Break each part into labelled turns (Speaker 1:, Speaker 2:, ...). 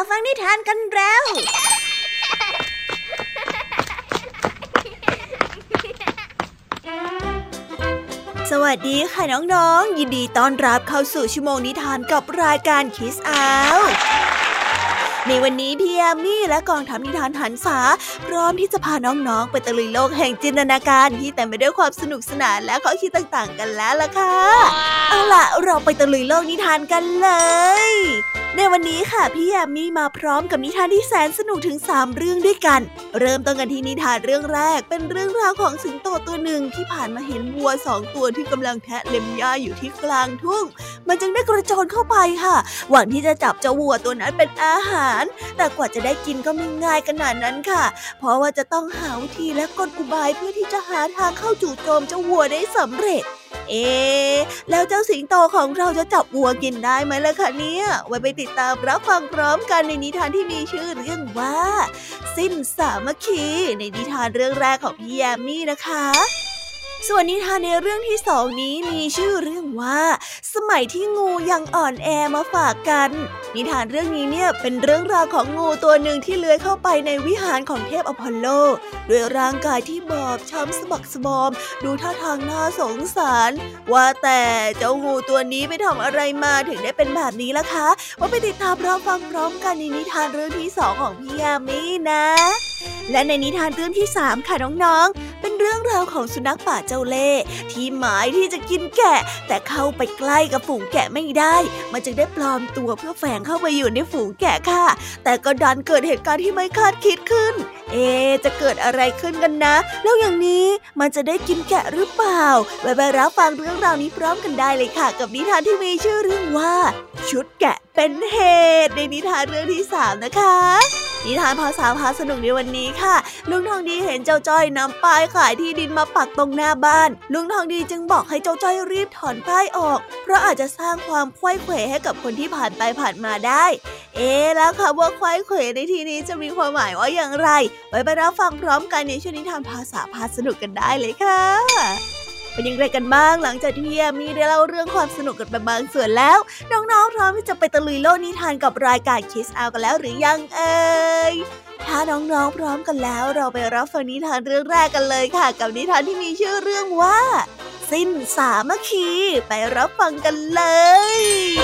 Speaker 1: ฟังนิทานกันแล้วสวัสดีค่ะน้องๆยินดีต้อนรับเข้าสู่ชั่วโมงนิทานกับรายการ Kids Out ในวันนี้พี่แอมมี่และกองทัพนิทานหันษาพร้อมที่จะพาน้องๆไปตะลุยโลกแห่งจินตนาการที่เต็มไปด้วยความสนุกสนานและข้อคิดต่างๆกันแล้วล่ะค่ะเอาล่ะเราไปตะลุยโลกนิทานกันเลยในวันนี้ค่ะพี่แอมมี่มาพร้อมกับนิทานที่แสนสนุกถึง3เรื่องด้วยกันเริ่มต้นกันที่นิทานเรื่องแรกเป็นเรื่องราวของสิงโตตัวหนึ่งที่ผ่านมาเห็นวัว2ตัวที่กำลังแทะเล็มหญ้าอยู่ที่กลางทุ่งมันจึงได้กระโจนเข้าไปค่ะหวังที่จะจับเจ้าวัวตัวนั้นเป็นอาหารแต่กว่าจะได้กินก็ไม่ง่ายขนาดนั้นค่ะเพราะว่าจะต้องหาวิธีและกลอุบายเพื่อที่จะหาทางเข้าจู่โจมเจ้าวัวได้สำเร็จแล้วเจ้าสิงโตของเราจะจับวัวกินได้ไหมล่ะคะเนี่ยไว้ไปติดตามรับฟังพร้อมกันในนิทานที่มีชื่อเรื่องว่าสิ้นสามัคคีในนิทานเรื่องแรกของพี่แยมมี่นะคะส่วนนิทานในเรื่องที่2นี้มีชื่อเรื่องว่าสมัยที่งูยังอ่อนแอมาฝากกันนิทานเรื่องนี้เนี่ยเป็นเรื่องราวของงูตัวหนึ่งที่เลื้อยเข้าไปในวิหารของเทพอพอลโลด้วยร่างกายที่บอบช้ำสะบักสะบอมดูท่าทางน่าสงสารว่าแต่เจ้างูตัวนี้ไปทำอะไรมาถึงได้เป็นแบบนี้ล่ะคะว่าไปติดตามรับฟังพร้อมกันในนิทานเรื่องที่2ของพี่ยามีนะและในนิทานเรื่องที่3ค่ะน้องๆเป็นเรื่องราวของสุนัขป่าเจ้าเล่ห์ที่หมายที่จะกินแกะแต่เข้าไปใกล้กับฝูงแกะไม่ได้มันจึงได้ปลอมตัวเพื่อแฝงเข้าไปอยู่ในฝูงแกะค่ะแต่ก็ดันเกิดเหตุการณ์ที่ไม่คาดคิดขึ้นจะเกิดอะไรขึ้นกันนะแล้วอย่างนี้มันจะได้กินแกะหรือเปล่าไปรับฟังเรื่องราวนี้พร้อมกันได้เลยค่ะกับนิทานที่มีชื่อเรื่องว่าชุดแกะเป็นเหตุในนิทานเรื่องที่3นะคะนิทานภาษาพาสนุกในวันนี้ค่ะลุงทองดีเห็นเจ้าจ้อยนำป้ายขายที่ดินมาปักตรงหน้าบ้านลุงทองดีจึงบอกให้เจ้าจ้อยรีบถอนป้ายออกเพราะอาจจะสร้างความไขว้เขวให้กับคนที่ผ่านไปผ่านมาได้แล้วค่ะว่าไขว้เขวในที่นี้จะมีความหมายว่าอย่างไรไปรับฟังพร้อมกันในช่วงนิทานภาษาพาสนุกกันได้เลยค่ะเป็นยังไงกันบ้างหลังจากที่พี่แอมมี่ได้เล่าเรื่องความสนุกกันไปบางส่วนแล้วน้องๆพร้อมที่จะไปตะลุยโลกนิทานกับรายการ Kids Out กันแล้วหรือยังถ้าน้องๆพร้อมกันแล้วเราไปรับฟังนิทานเรื่องแรกกันเลยค่ะกับนิทานที่มีชื่อเรื่องว่าสิ้นสามัคคีไปรับฟังกันเลย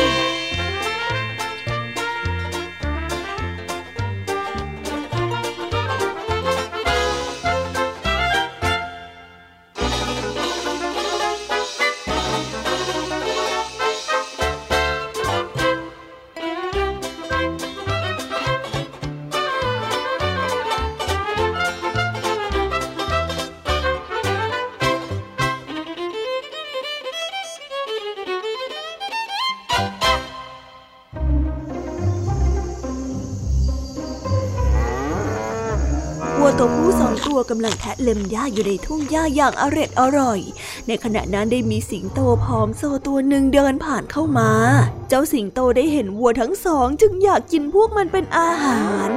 Speaker 1: ตัวผู้2ตัวกำลังแทะเล็มหญ้าอยู่ในทุ่งหญ้าอย่างอร่อยในขณะนั้นได้มีสิงโตผอมโซตัวหนึ่งเดินผ่านเข้ามาเจ้าสิงโตได้เห็นวัวทั้งสองจึงอยากกินพวกมันเป็นอาหาร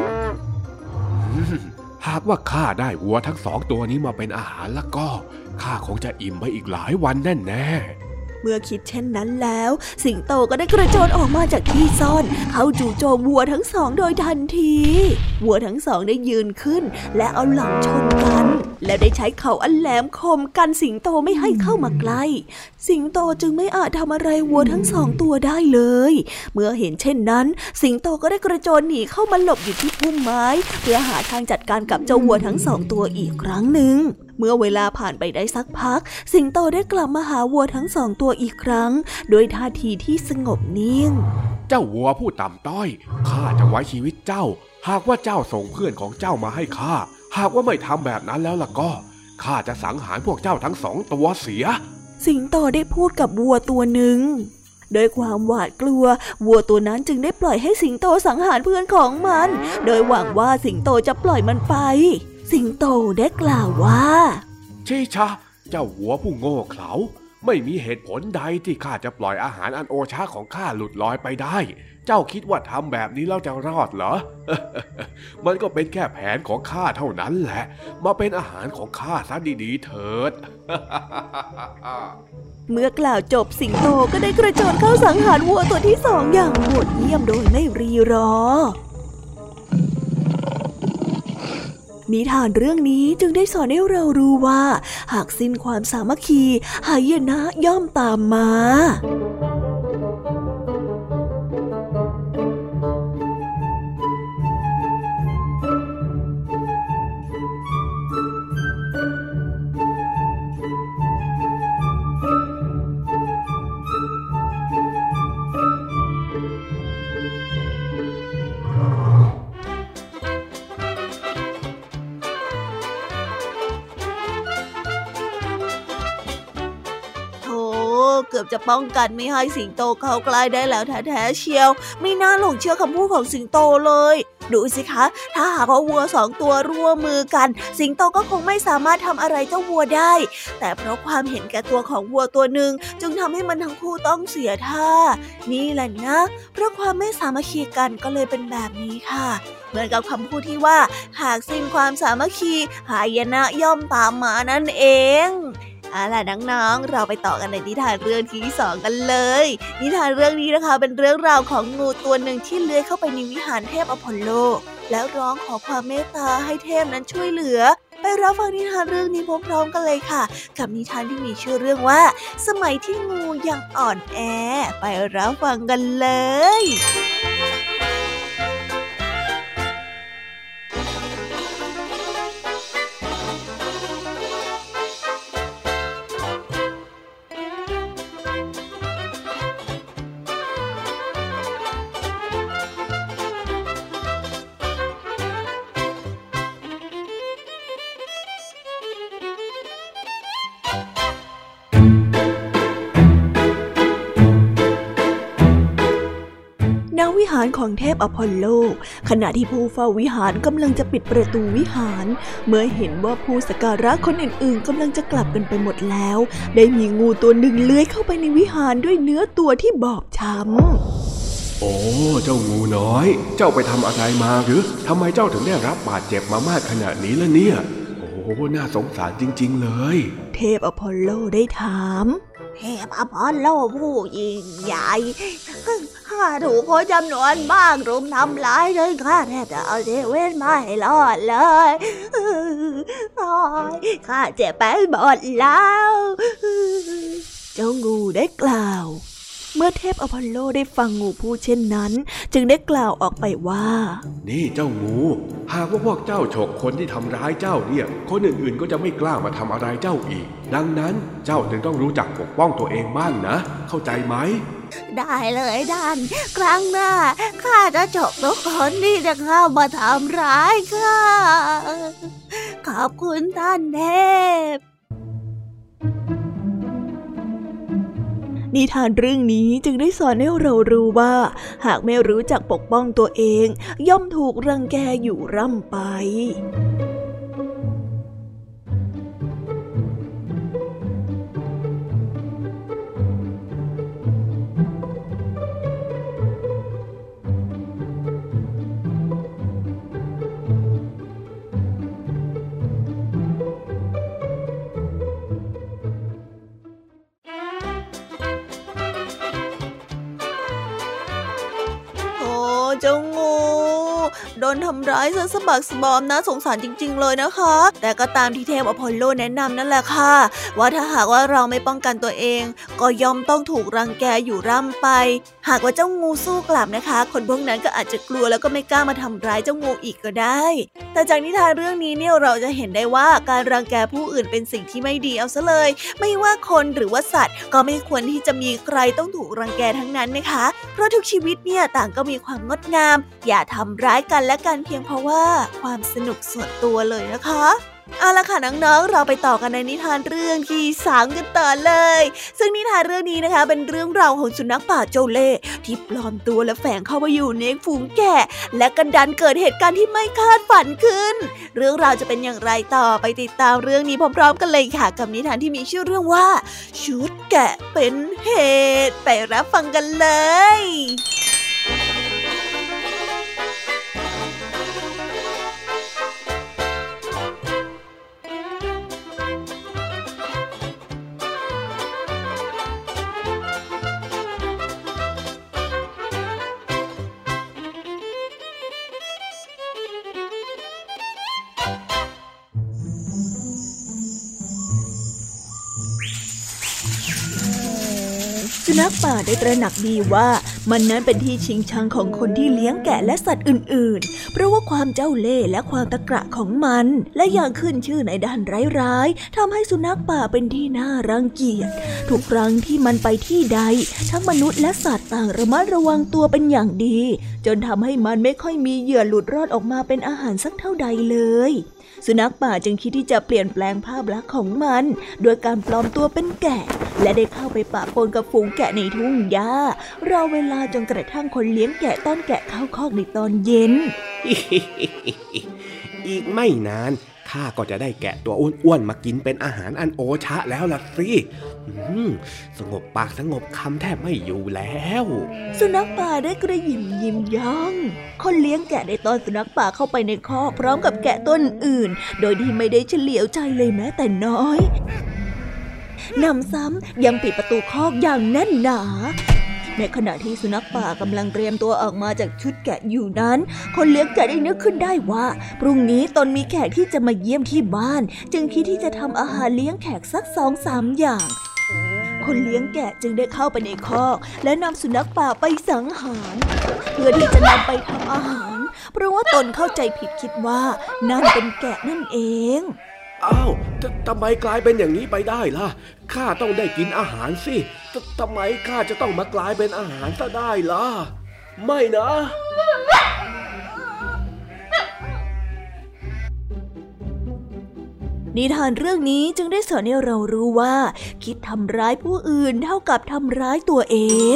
Speaker 2: หากว่าข้าได้วัวทั้ง2ตัวนี้มาเป็นอาหารแล้วก็ข้าคงจะอิ่มไปอีกหลายวันแน่ๆ
Speaker 1: เมื่อคิดเช่นนั้นแล้วสิงโตก็ได้กระโจนออกมาจากที่ซ่อนเข้าจู่โจมวัวทั้งสองโดยทันทีวัวทั้งสองได้ยืนขึ้นและเอาหลังชนกันและได้ใช้เข่าอันแหลมคมกันสิงโตไม่ให้เข้ามาใกล้สิงโตจึงไม่อาจทำอะไรวัวทั้ง2ตัวได้เลยเมื่อเห็นเช่นนั้นสิงโตก็ได้กระโจนหนีเข้ามาหลบอยู่ที่พุ่มไม้เพื่อหาทางจัดการกับเจ้าวัวทั้ง2ตัวอีกครั้งหนึ่งเมื่อเวลาผ่านไปได้สักพักสิงโตได้กลับมาหาวัวทั้ง2ตัวอีกครั้งโดยท่าทีที่สงบนิ่ง
Speaker 2: เจ้าวัวผู้ต่ำต้อยข้าจะไว้ชีวิตเจ้าหากว่าเจ้าส่งเพื่อนของเจ้ามาให้ข้าหากว่าไม่ทำแบบนั้นแล้วล่ะก็ข้าจะสังหารพวกเจ้าทั้ง2ตัวเสีย
Speaker 1: สิงโตได้พูดกับวัวตัวหนึ่งโดยความหวาดกลัววัวตัวนั้นจึงได้ปล่อยให้สิงโตสังหารเพื่อนของมันโดยหวังว่าสิงโตจะปล่อยมันไปสิงโตได้กล่าวว่า
Speaker 2: ชิชะเจ้าวัวผู้โง่เขลาไม่มีเหตุผลใดที่ข้าจะปล่อยอาหารอันโอชะของข้าหลุดลอยไปได้เจ้าคิดว่าทำแบบนี้แล้วจะรอดเหรอ มันก็เป็นแค่แผนของข้าเท่านั้นแหละมาเป็นอาหารของข้าซะดีๆเถิด
Speaker 1: เมื่อกล่าวจบสิงโตก็ได้กระโจนเข้าสังหารวัวตัวที่2อย่างโหดเหี้ยมโดยไม่รีรอนิทานเรื่องนี้จึงได้สอนให้เรารู้ว่าหากสิ้นความสามัคคีหายนะย่อมตามมาเกือบจะป้องกันไม่ให้สิงโตเข้าใกล้ได้แล้วแท้ๆเชียวไม่น่าหลงเชื่อคำพูดของสิงโตเลยดูสิคะถ้าหากว่าวัวสองตัวร่วมมือกันสิงโตก็คงไม่สามารถทำอะไรเจ้าวัวได้แต่เพราะความเห็นแก่ตัวของวัวตัวหนึ่งจึงทำให้มันทั้งคู่ต้องเสียท่านี่แหละนะเพราะความไม่สามัคคีกันก็เลยเป็นแบบนี้ค่ะเหมือนกับคำพูดที่ว่าหากสิ้นความสามัคคีหายนะย่อมตามมานั่นเองเอาล่ะน้องๆเราไปต่อกันในนิทานเรื่องที่2กันเลยนิทานเรื่องนี้นะคะเป็นเรื่องราวของงูตัวหนึ่งที่เลื้อยเข้าไปในวิหารเทพอพอลโลแล้วร้องขอความเมตตาให้เทพนั้นช่วยเหลือไปรับฟังนิทานเรื่องนี้พร้อมๆกันเลยค่ะกับนิทานที่มีชื่อเรื่องว่าสมัยที่งูยังอ่อนแอไปรับฟังกันเลยวิหารของเทพอพอลโลขณะที่ผู้เฝ้าวิหารกำลังจะปิดประตูวิหารเมื่อเห็นว่าผู้สักการะคนอื่นๆกำลังจะกลับกันไปหมดแล้วได้มีงูตัวหนึ่งเลื้อยเข้าไปในวิหารด้วยเนื้อตัวที่บอบช้ำ
Speaker 2: โอ้เจ้างูน้อยเจ้าไปทำอะไรมาหรือทำไมเจ้าถึงได้รับบาดเจ็บมามากขนาดนี้ล่ะเนี่ยโอ้น่าสงสารจริงๆเลย
Speaker 1: เทพอพอลโลได้ถามเทพอพอลโลผู้ยิ่งใหญ่ข้าถูกคนจำนวนมากรุมทำร้ายจนข้าแทบจะเอาชีวิตไม่รอดเลยข้าเจ็บไปหมดแล้วเจ้างูได้กล่าวเมื่อเทพอพอลโลได้ฟังงูพูดเช่นนั้นจึงได้กล่าวออกไปว่า
Speaker 2: นี่เจ้างูหากว่าพวกเจ้าฉกคนที่ทำร้ายเจ้าเนี่ยคนอื่นๆก็จะไม่กล้ามาทำอะไรเจ้าอีกดังนั้นเจ้าจึงต้องรู้จักปกป้องตัวเองบ้างนะเข้าใจไหม
Speaker 1: ได้เลยท่านครั้งหน้าข้าจะฉกทุกคนที่จะเข้ามาทำร้ายข้าขอบคุณท่านเทพนิทานเรื่องนี้จึงได้สอนให้เรารู้ว่าหากไม่รู้จักปกป้องตัวเองย่อมถูกรังแกอยู่ร่ำไปเจ้างูโดนทำร้ายซะสะบักสะบอมนะสงสารจริงๆเลยนะคะแต่ก็ตามที่เทพอพอลโลแนะนำนั่นแหละค่ะว่าถ้าหากว่าเราไม่ป้องกันตัวเองก็ย่อมต้องถูกรังแกอยู่ร่ำไปหากว่าเจ้างูสู้กลับนะคะคนพวกนั้นก็อาจจะกลัวแล้วก็ไม่กล้ามาทำร้ายเจ้างูอีกก็ได้แต่จากนิทานเรื่องนี้เนี่ยเราจะเห็นได้ว่าการรังแกผู้อื่นเป็นสิ่งที่ไม่ดีเอาซะเลยไม่ว่าคนหรือว่าสัตว์ก็ไม่ควรที่จะมีใครต้องถูกรังแกทั้งนั้นนะคะเพราะทุกชีวิตเนี่ยต่างก็มีความงดงามอย่าทำร้ายกันและกันเพียงเพราะว่าความสนุกส่วนตัวเลยนะคะเอาล่ะค่ะน้องๆเราไปต่อกันในนิทานเรื่องที่3กันต่อเลยซึ่งนิทานเรื่องนี้นะคะเป็นเรื่องราวของสุนัขป่าโจเล่ที่ปลอมตัวและแฝงเข้ามาอยู่ในฝูงแกะและกันดันเกิดเหตุการณ์ที่ไม่คาดฝันขึ้นเรื่องราวจะเป็นอย่างไรต่อไปติดตามเรื่องนี้พร้อมๆกันเลยค่ะกับนิทานที่มีชื่อเรื่องว่าชุดแกะเป็นเหตุไปรับฟังกันเลยสุนัขป่าได้ตระหนักดีว่ามันนั้นเป็นที่ชิงชังของคนที่เลี้ยงแกะและสัตว์อื่นๆเพราะว่าความเจ้าเล่ห์และความตะกระของมันและอย่างขึ้นชื่อในด้านร้ายๆทำให้สุนัขป่าเป็นที่น่ารังเกียจทุกครั้งที่มันไปที่ใดทั้งมนุษย์และสัตว์ต่างระมัดระวังตัวเป็นอย่างดีจนทำให้มันไม่ค่อยมีเหยื่อหลุดรอดออกมาเป็นอาหารสักเท่าใดเลยสุนัขป่าจึงคิดที่จะเปลี่ยนแปลงภาพลักษณ์ของมันโดยการปลอมตัวเป็นแกะและได้เข้าไปปะปนกับฝูงแกะในทุ่งหญ้ารอเวลาจนกระทั่งคนเลี้ยงแกะต้อนแกะเข้าคอกในตอนเย็น
Speaker 3: อีกไม่นานข้าก็จะได้แกะตัวอ้วนๆมากินเป็นอาหารอันโอชะแล้วล่ะสิสงบปากสงบคำแทบไม่อยู่แล้ว
Speaker 1: สุนัขป่าได้กระยิมยิ้มย่องคนเลี้ยงแกะได้ต้อนสุนัขป่าเข้าไปในคอกพร้อมกับแกะต้นอื่นโดยที่ไม่ได้เฉลียวใจเลยแม้แต่น้อยนำซ้ำยังปิดประตูคอกอย่างแน่นหนาในขณะที่สุนัขป่ากำลังเตรียมตัวออกมาจากชุดแกะอยู่นั้นคนเลี้ยงแกะได้นึกขึ้นได้ว่าพรุ่งนี้ตนมีแขกที่จะมาเยี่ยมที่บ้านจึงคิดที่จะทำอาหารเลี้ยงแขกสัก 2-3 อย่างคนเลี้ยงแกะจึงได้เข้าไปในคอกและนำสุนัขป่าไปสังหารเพื่อที่จะนำไปทำอาหารเพราะว่าตนเข้าใจผิดคิดว่านั่นเป็นแกะนั่นเอง
Speaker 3: อ้าวทำไมกลายเป็นอย่างนี้ไปได้ล่ะข้าต้องได้กินอาหารสิทำไมข้าจะต้องมากลายเป็นอาหารซะได้ล่ะไม่นะ
Speaker 1: นิทานเรื่องนี้จึงได้สอนให้เรารู้ว่าคิดทำร้ายผู้อื่นเท่ากับทำร้ายตัวเอง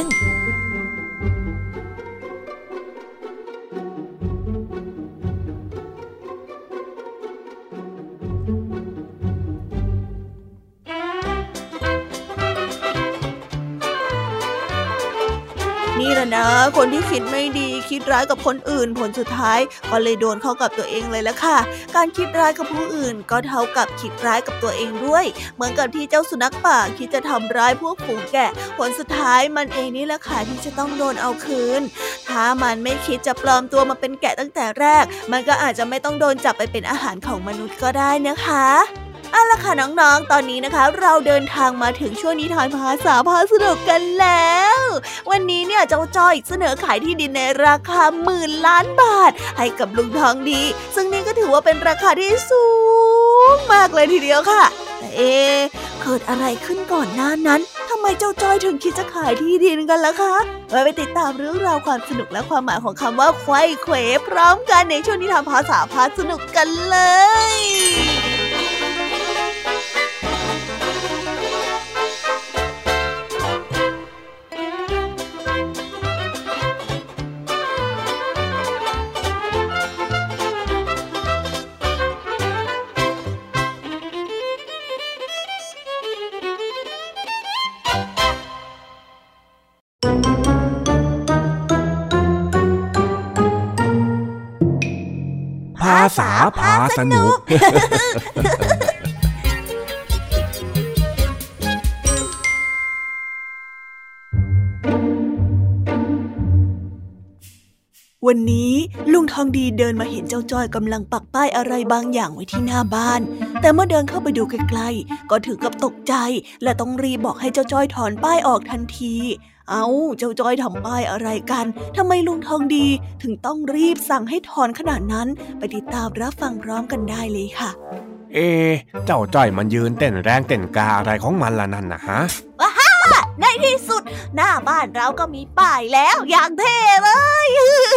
Speaker 1: นี่แหละนะคนที่คิดไม่ดีคิดร้ายกับคนอื่นผลสุดท้ายก็เลยโดนเข้ากับตัวเองเลยละค่ะการคิดร้ายกับผู้อื่นก็เท่ากับคิดร้ายกับตัวเองด้วยเหมือนกับที่เจ้าสุนัขป่าคิดจะทำร้ายพวกฝูงแกะผลสุดท้ายมันเองนี่แหละค่ะที่จะต้องโดนเอาคืนถ้ามันไม่คิดจะปลอมตัวมาเป็นแกะตั้งแต่แรกมันก็อาจจะไม่ต้องโดนจับไปเป็นอาหารของมนุษย์ก็ได้นะคะเอาล่ะค่ะน้องๆตอนนี้นะคะเราเดินทางมาถึงช่วงนิทานภาษาพาสนุกกันแล้ววันนี้เนี่ยเจ้าจ้อยเสนอขายที่ดินในราคา10,000 ล้านบาทให้กับลุงทองดีซึ่งนี่ก็ถือว่าเป็นราคาที่สูงมากเลยทีเดียวค่ะแต่เกิดอะไรขึ้นก่อนหน้านั้นทำไมเจ้าจ้อยถึงคิดจะขายที่ดินกันล่ะคะไปติดตามเรื่องราวความสนุกและความหมายของคำว่าไขว้เขวพร้อมกันในช่วงนิทานภาษาพาสนุกกันเลย
Speaker 3: ภาษาพาสนุก
Speaker 1: วันนี้ลุงทองดีเดินมาเห็นเจ้าจ้อยกำลังปักป้ายอะไรบางอย่างไว้ที่หน้าบ้านแต่เมื่อเดินเข้าไปดูใกล้ๆก็ถึงกับตกใจและต้องรีบบอกให้เจ้าจ้อยถอนป้ายออกทันทีเอ้าเจ้าจ้อยทำป้ายอะไรกันทำไมลุงทองดีถึงต้องรีบสั่งให้ถอนขนาดนั้นไปติดตามรับฟังพร้อมกันได้เลยค่ะ
Speaker 3: เจ้าจ้อยมันยืนเต้นแรงเต้นกาอะไรของมันล่ะนั่นนะฮะ
Speaker 1: ว้าในที่สุดหน้าบ้านเราก็มีป้ายแล้วอย่างเท่เลย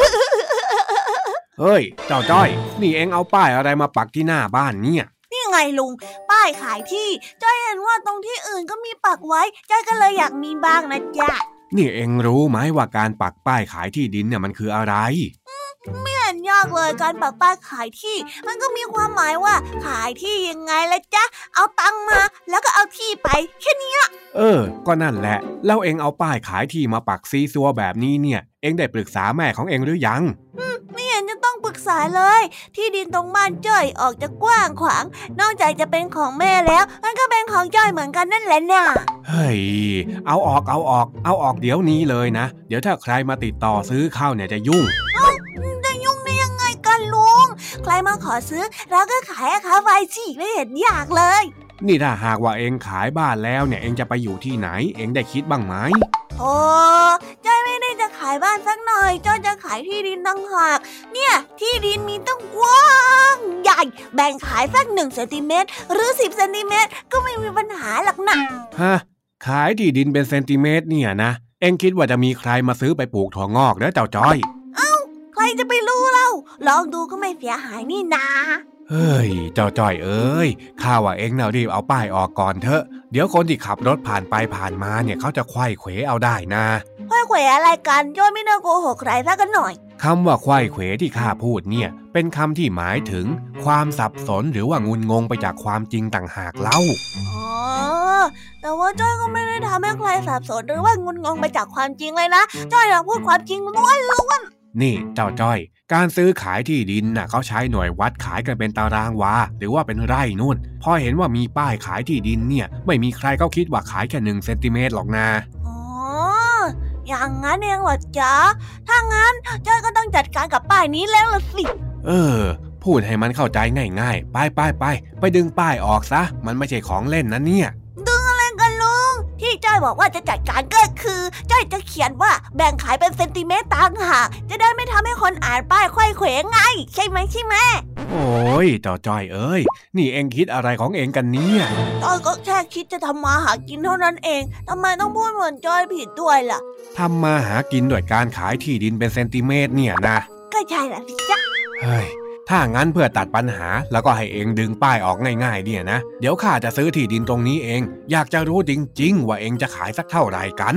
Speaker 3: เฮ้ยเจ้าจ้อยนี่เอ็งเอาป้ายอะไรมาปักที่หน้าบ้านเนี่ย
Speaker 1: นี่ไงลุงป้ายขายที่จ้อยเห็นว่าตรงที่อื่นก็มีปักไว้จ้อยก็เลยอยากมีบ้างนะจ๊ะ
Speaker 3: นี่เอ็งรู้ไหมว่าการปักป้ายขายที่ดินเนี่ยมันคืออะไร
Speaker 1: ไม่เห็นยากเลยการปักป้ายขายที่มันก็มีความหมายว่าขายที่ยังไงล่ะจ๊ะเอาตังค์มาแล้วก็เอาที่ไปแค่นี้
Speaker 3: ก็นั่นแหละแล้วเอ็งเอาป้ายขายที่มาปักซีซัวแบบนี้เนี่ยเอ็งได้ปรึกษาแม่ของเอ็งหรือยัง
Speaker 1: ไม่เห็นจะต้องปรึกษาเลยที่ดินตรงบ้านจ้อยออกจะกว้างขวางนอกจากจะเป็นของแม่แล้วมันก็เป็นของจ้อยเหมือนกันนั่นแหละน่ะ
Speaker 3: เฮ้ยเอาออกเดี๋ยวนี้เลยนะเดี๋ยวถ้าใครมาติดต่อซื้อเข้าเนี่ยจะยุ่ง
Speaker 1: จะยุ่งได้ยังไงกันลุงใครมาขอซื้อเราก็ขายให้เขาไปสิไม่เห็นยากเลย
Speaker 3: นี่ถ้าหากว่าเองขายบ้านแล้วเนี่ยเองจะไปอยู่ที่ไหนเองได้คิดบ้างไหม
Speaker 1: โอ้จ้อยไม่ได้จะขายบ้านสักหน่อยจ้อยจะขายที่ดินต่างหากเนี่ยที่ดินมีตั้งกว้างใหญ่แบ่งขายสัก1 เซนติเมตรหรือ10 เซนติเมตรก็ไม่มีปัญหาหรอกนะ
Speaker 2: ฮะขายที่ดินเป็นเซนติเมตรเนี่ยนะเอ็งคิดว่าจะมีใครมาซื้อไปปลูกถั่วงอกเหรอเจ้าจ้อย
Speaker 1: ใครจะไปรู้เล่าลองดูก็ไม่เสียหายนี่นา
Speaker 2: เฮ้ยเจ้าจ้อยเอ้ยข้าว่าเอ็งน่ะรีบเอาป้ายออกก่อนเถอะเดี๋ยวคนที่ขับรถผ่านไปผ่านมาเนี่ยเขาจะไขว้เขวเอาได้นะ
Speaker 1: ไขว้เขวอะไรกันจ้อยไม่น่าโกหกใครสักหน่อย
Speaker 2: คำว่าไขว้เขวที่ข้าพูดเนี่ยเป็นคำที่หมายถึงความสับสนหรือว่างุนงงไปจากความจริงต่างหากเล่า
Speaker 1: อ๋อแต่ว่าจ้อยก็ไม่ได้ทำให้ใครสับสนหรือว่างุนงงไปจากความจริงเลยนะจ้อยอยากพูดความจริงล้วน
Speaker 2: นี่เจ้าจ้อยการซื้อขายที่ดินน่ะเขาใช้หน่วยวัดขายกันเป็นตารางวาหรือว่าเป็นไร่นู่นพอเห็นว่ามีป้ายขายที่ดินเนี่ยไม่มีใครเขาคิดว่าขายแค่1 เซนติเมตรหรอกนะ
Speaker 1: อ๋ออย่างนั้นเองเหรอจ๊ะถ้างั้นจ้อยก็ต้องจัดการกับป้ายนี้แล้วล่ะสิ
Speaker 2: พูดให้มันเข้าใจง่ายๆไปดึงป้ายออกซะมันไม่ใช่ของเล่นนะเนี่ย
Speaker 1: ดึงอะไรกันลุงที่จ้อยบอกว่าจะจัดการก็คือจ้อยจะเขียนว่าแบ่งขายเป็นเซนติเมตรต่างหากจะได้ไม่ทำให้คนอ่านป้ายไขว้เขวไงใช่ไหม
Speaker 2: โอ้ยเจ้าจ้อยเอ้ยนี่เอ็งคิดอะไรของเอ็งกันเนี่ย
Speaker 1: จ้อยก็แค่คิดจะทำมาหากินเท่านั้นเองทำไมต้องพูดเหมือนจ้อยผิดด้วยล่ะ
Speaker 2: ทำมาหากินด้วยการขายที่ดินเป็นเซนติเมตรเนี่ยนะ
Speaker 1: ก็ใช่ล่ะพี่จ๊ะ
Speaker 2: เฮ้ยถ้างั้นเพื่อตัดปัญหาแล้วก็ให้เองดึงป้ายออกง่ายๆเนี่ยนะเดี๋ยวข้าจะซื้อที่ดินตรงนี้เองอยากจะรู้จริงๆว่าเองจะขายสักเท่าไหร่กัน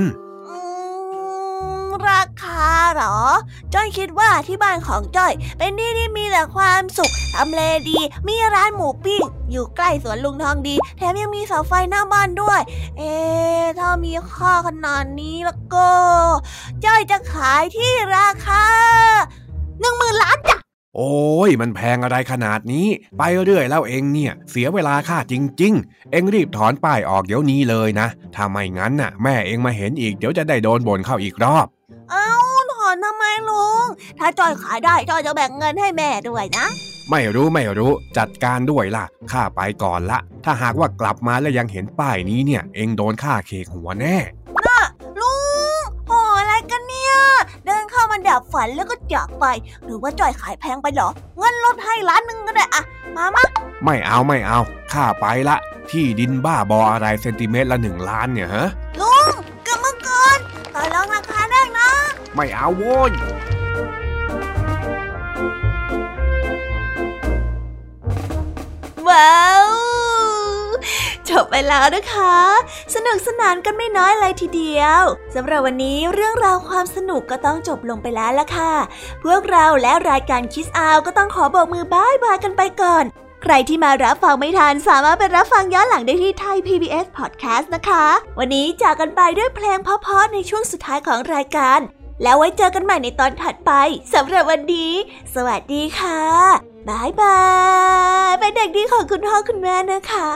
Speaker 1: ราคาเหรอจ้อยคิดว่าที่บ้านของจ้อยเป็นที่ที่มีแต่ความสุขทำเลดีมีร้านหมูปิ้งอยู่ใกล้สวนลุงทองดีแถมยังมีเสาไฟหน้าบ้านด้วยถ้ามีค่าขนาดนี้แล้วก็จ้อยจะขายที่ราคา10,000 ล้านจ้ะ
Speaker 2: โอ้ยมันแพงอะไรขนาดนี้ไปเรื่อยแล้วเองเนี่ยเสียเวลาข้าจริงๆเองรีบถอนป้ายออกเดี๋ยวนี้เลยนะถ้าไม่งั้นน่ะแม่เองมาเห็นอีกเดี๋ยวจะได้โดนบ่นเข้าอีกรอบ
Speaker 1: ถอนทำไมลุงถ้าจ้อยขายได้จ้อยจะแบ่งเงินให้แม่ด้วยนะ
Speaker 2: ไม่รู้จัดการด้วยล่ะข้าไปก่อนละถ้าหากว่ากลับมาแล้วยังเห็นป้ายนี้เนี่ยเองโดนข้าเคกหัวแน่
Speaker 1: น่ะลุงโหอะไรกันเนี่ยเดินเข้ามาดับฝันแล้วก็จากไปหรือว่าจ้อยขายแพงไปเหรองั้นลดให้1 ล้านก็ได้อะมา
Speaker 2: ไม่เอาข้าไปละที่ดินบ้าบออะไรเซนติเมตรละ1 ล้านเนี่ยฮะ
Speaker 1: ลุงกลับมาก่อนต่อรองราคาได้นะ
Speaker 2: ไม่เอาโว้ย
Speaker 1: ว้าวจบไปแล้วนะคะสนุกสนานกันไม่น้อยเลยทีเดียวสำหรับวันนี้เรื่องราวความสนุกก็ต้องจบลงไปแล้วล่ะค่ะพวกเราและรายการ Kids Out ก็ต้องขอบอกมือบ๊ายบายกันไปก่อนใครที่มารับฟังไม่ทันสามารถไปรับฟังย้อนหลังได้ที่ Thai PBS Podcast นะคะวันนี้จากกันไปด้วยเพลงเพราะๆในช่วงสุดท้ายของรายการแล้วไว้เจอกันใหม่ในตอนถัดไปสำหรับวันนี้สวัสดีค่ะบ๊ายบายเป็นเด็กดีของคุณพ่อคุณแม่นะคะ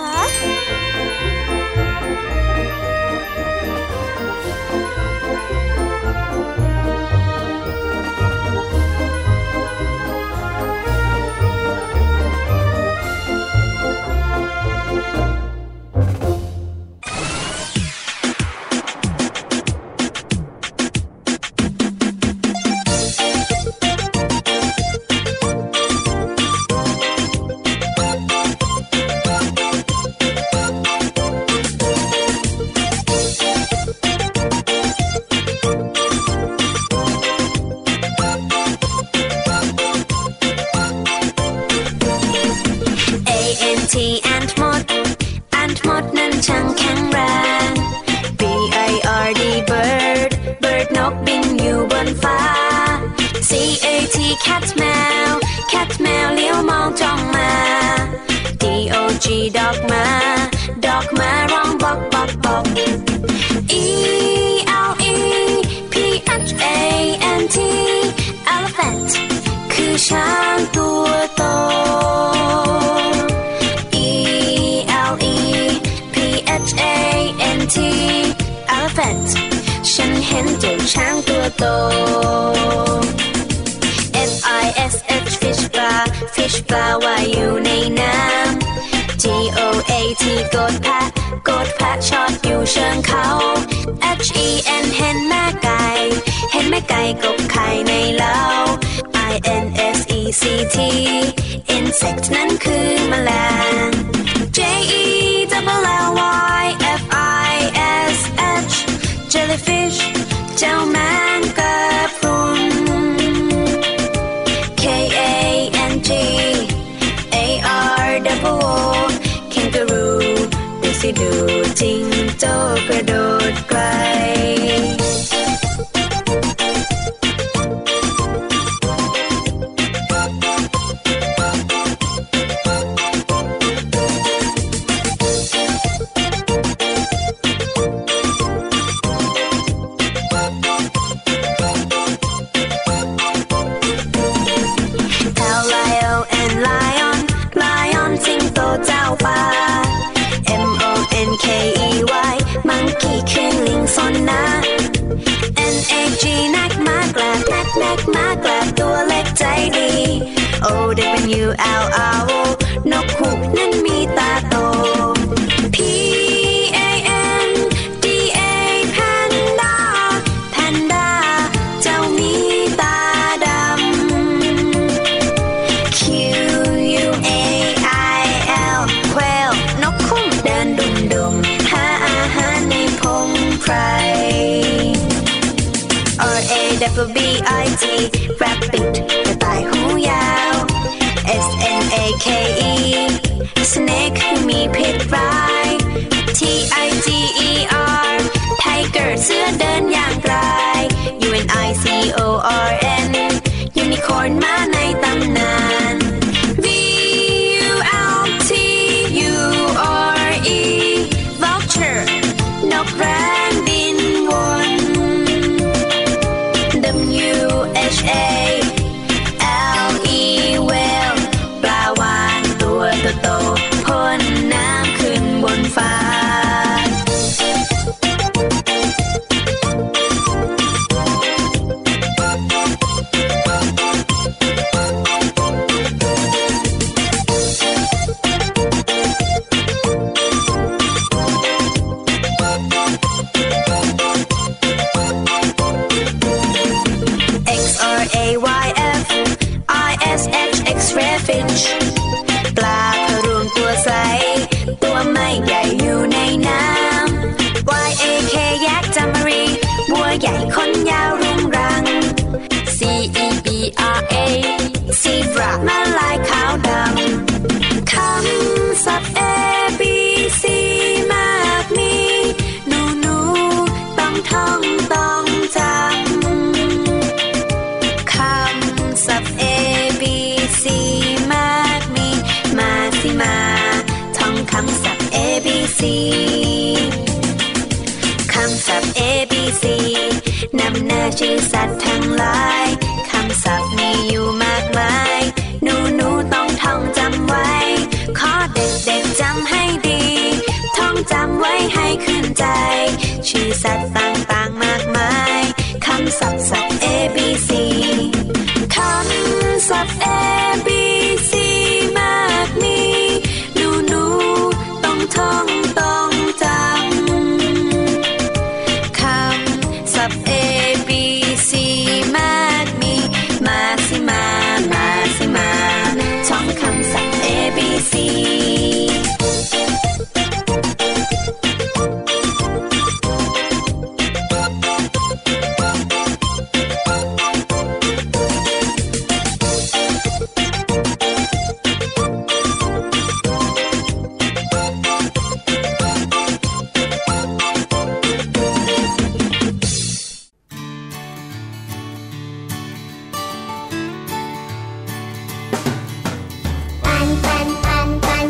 Speaker 4: cat แมวเลี้ยวมองจ้องมา DOG ดอกมาร้องบอกELEPHANT elephant คือช้างตัวโต ELEPHANT elephant ฉันเห็นเจ้าช้างตัวโตfish ปลาว่ายอยู่ในน้ำ GOAT โกดแพะชอดอยู่เชิงเขา hen เห็นแม่ไก่เห็นแม่ไก่กบไข่ในเล้า insect insect นั้นคือแมลง jellyfish jellyfish เจ้าแมงกะพรุน kangaroo kangaroo ดูสิดูจิงโจ้กระโดดไกลmonkey คือลิงซนนะ nag นักม้ากลับม้ากลับตัวเล็กใจดี owl owl นกฮูกนั้นมีตาโต panda panda panda เจ้ามีตาดำ quail quail นกคุ้มเดินดุ่มหาอาหารในพงไพร rabbit rabbit กระต่ายหูยาว snake snake มีพิษร้าย tiger tiger เสือเดินอย่างไกล unicorn unicorn ม้าในตำนาน vulture นกแร้งบินวน whale ปลาวาฬตัวโตๆพ่นน้ำขึ้นบนฟ้าX-ray-fish ปลาพะรวงตัวใสตัวไม่ใหญ่อยู่ในน้ำ Y-A-K ยักษ์จามรีบัวใหญ่ขนยาวรุงรัง C-E-B-R-A zebra ม้าลายขาวดำคำศัพท์ A-B-C มากมีหนูต้องท่องต้องจำคำศัพท์ A-B-C มากมีมาสิมาท่องคำศัพท์ A-B-C คำศัพท์ A-B-C นำหน้าชื่อสัตว์ทั้งหลายคำศัพท์มีอยู่มากมายหนูต้องท่องจำไว้ขอเด็กๆจำให้ดีท่องจำไว้ให้ขึ้นใจชื่อสัตว์ต่างๆมากมายคำศัพท์ A-B-C คำศัพท์ A-B-C มากมีหนูต้องท่องต้องจำคำศัพท์ A-B-C มากมีมาสิมาท่องคำศัพท์ A-B-C
Speaker 5: ปัน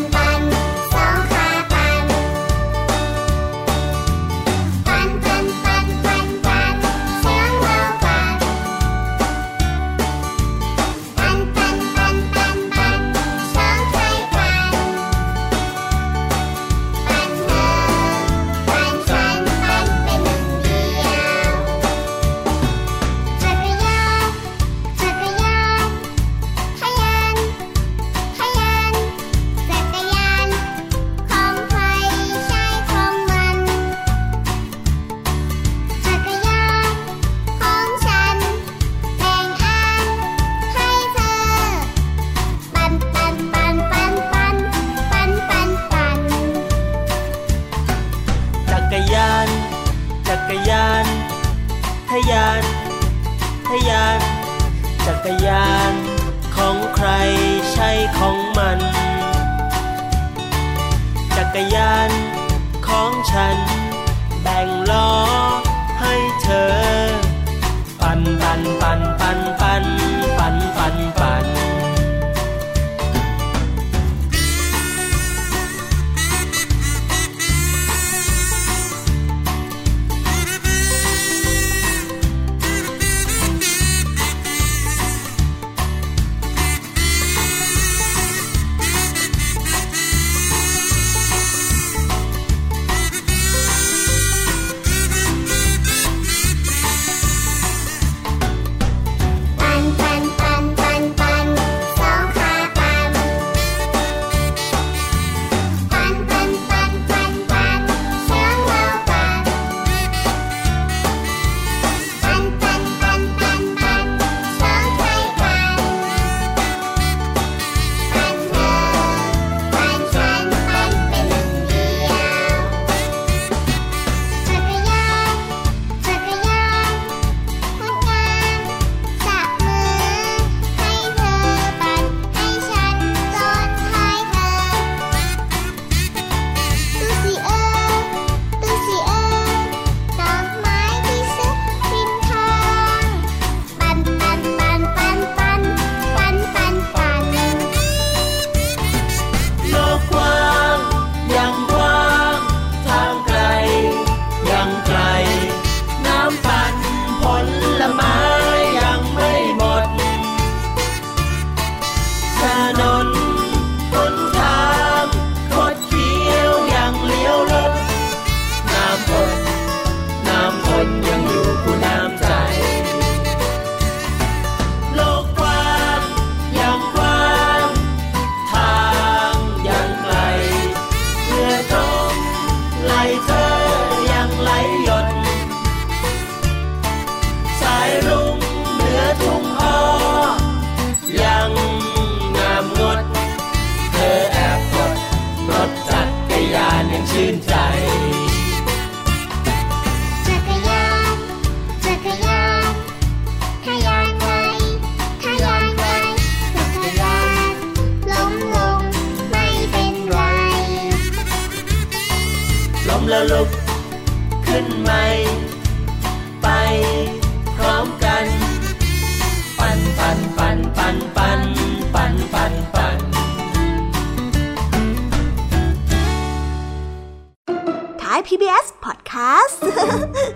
Speaker 5: กรยานของใครใช่ของมันจักรยานของฉันแบ่งล้อให้เธอปั่นปั่นปั่นปั่นปั่นปั่นปั่นปั่นชื่นใจ
Speaker 6: จักรยานจักรยานถ้ายานไกลถ้ายานไกลจักรยานล้มลงไม่เป็นไร
Speaker 5: ล้มแล้วลุกขึ้นใหม่ไปพร้อมกันปั่นปั่นปั่นปั่นปั่นปั่นปั่นปั่น
Speaker 1: Thai PBS Podcast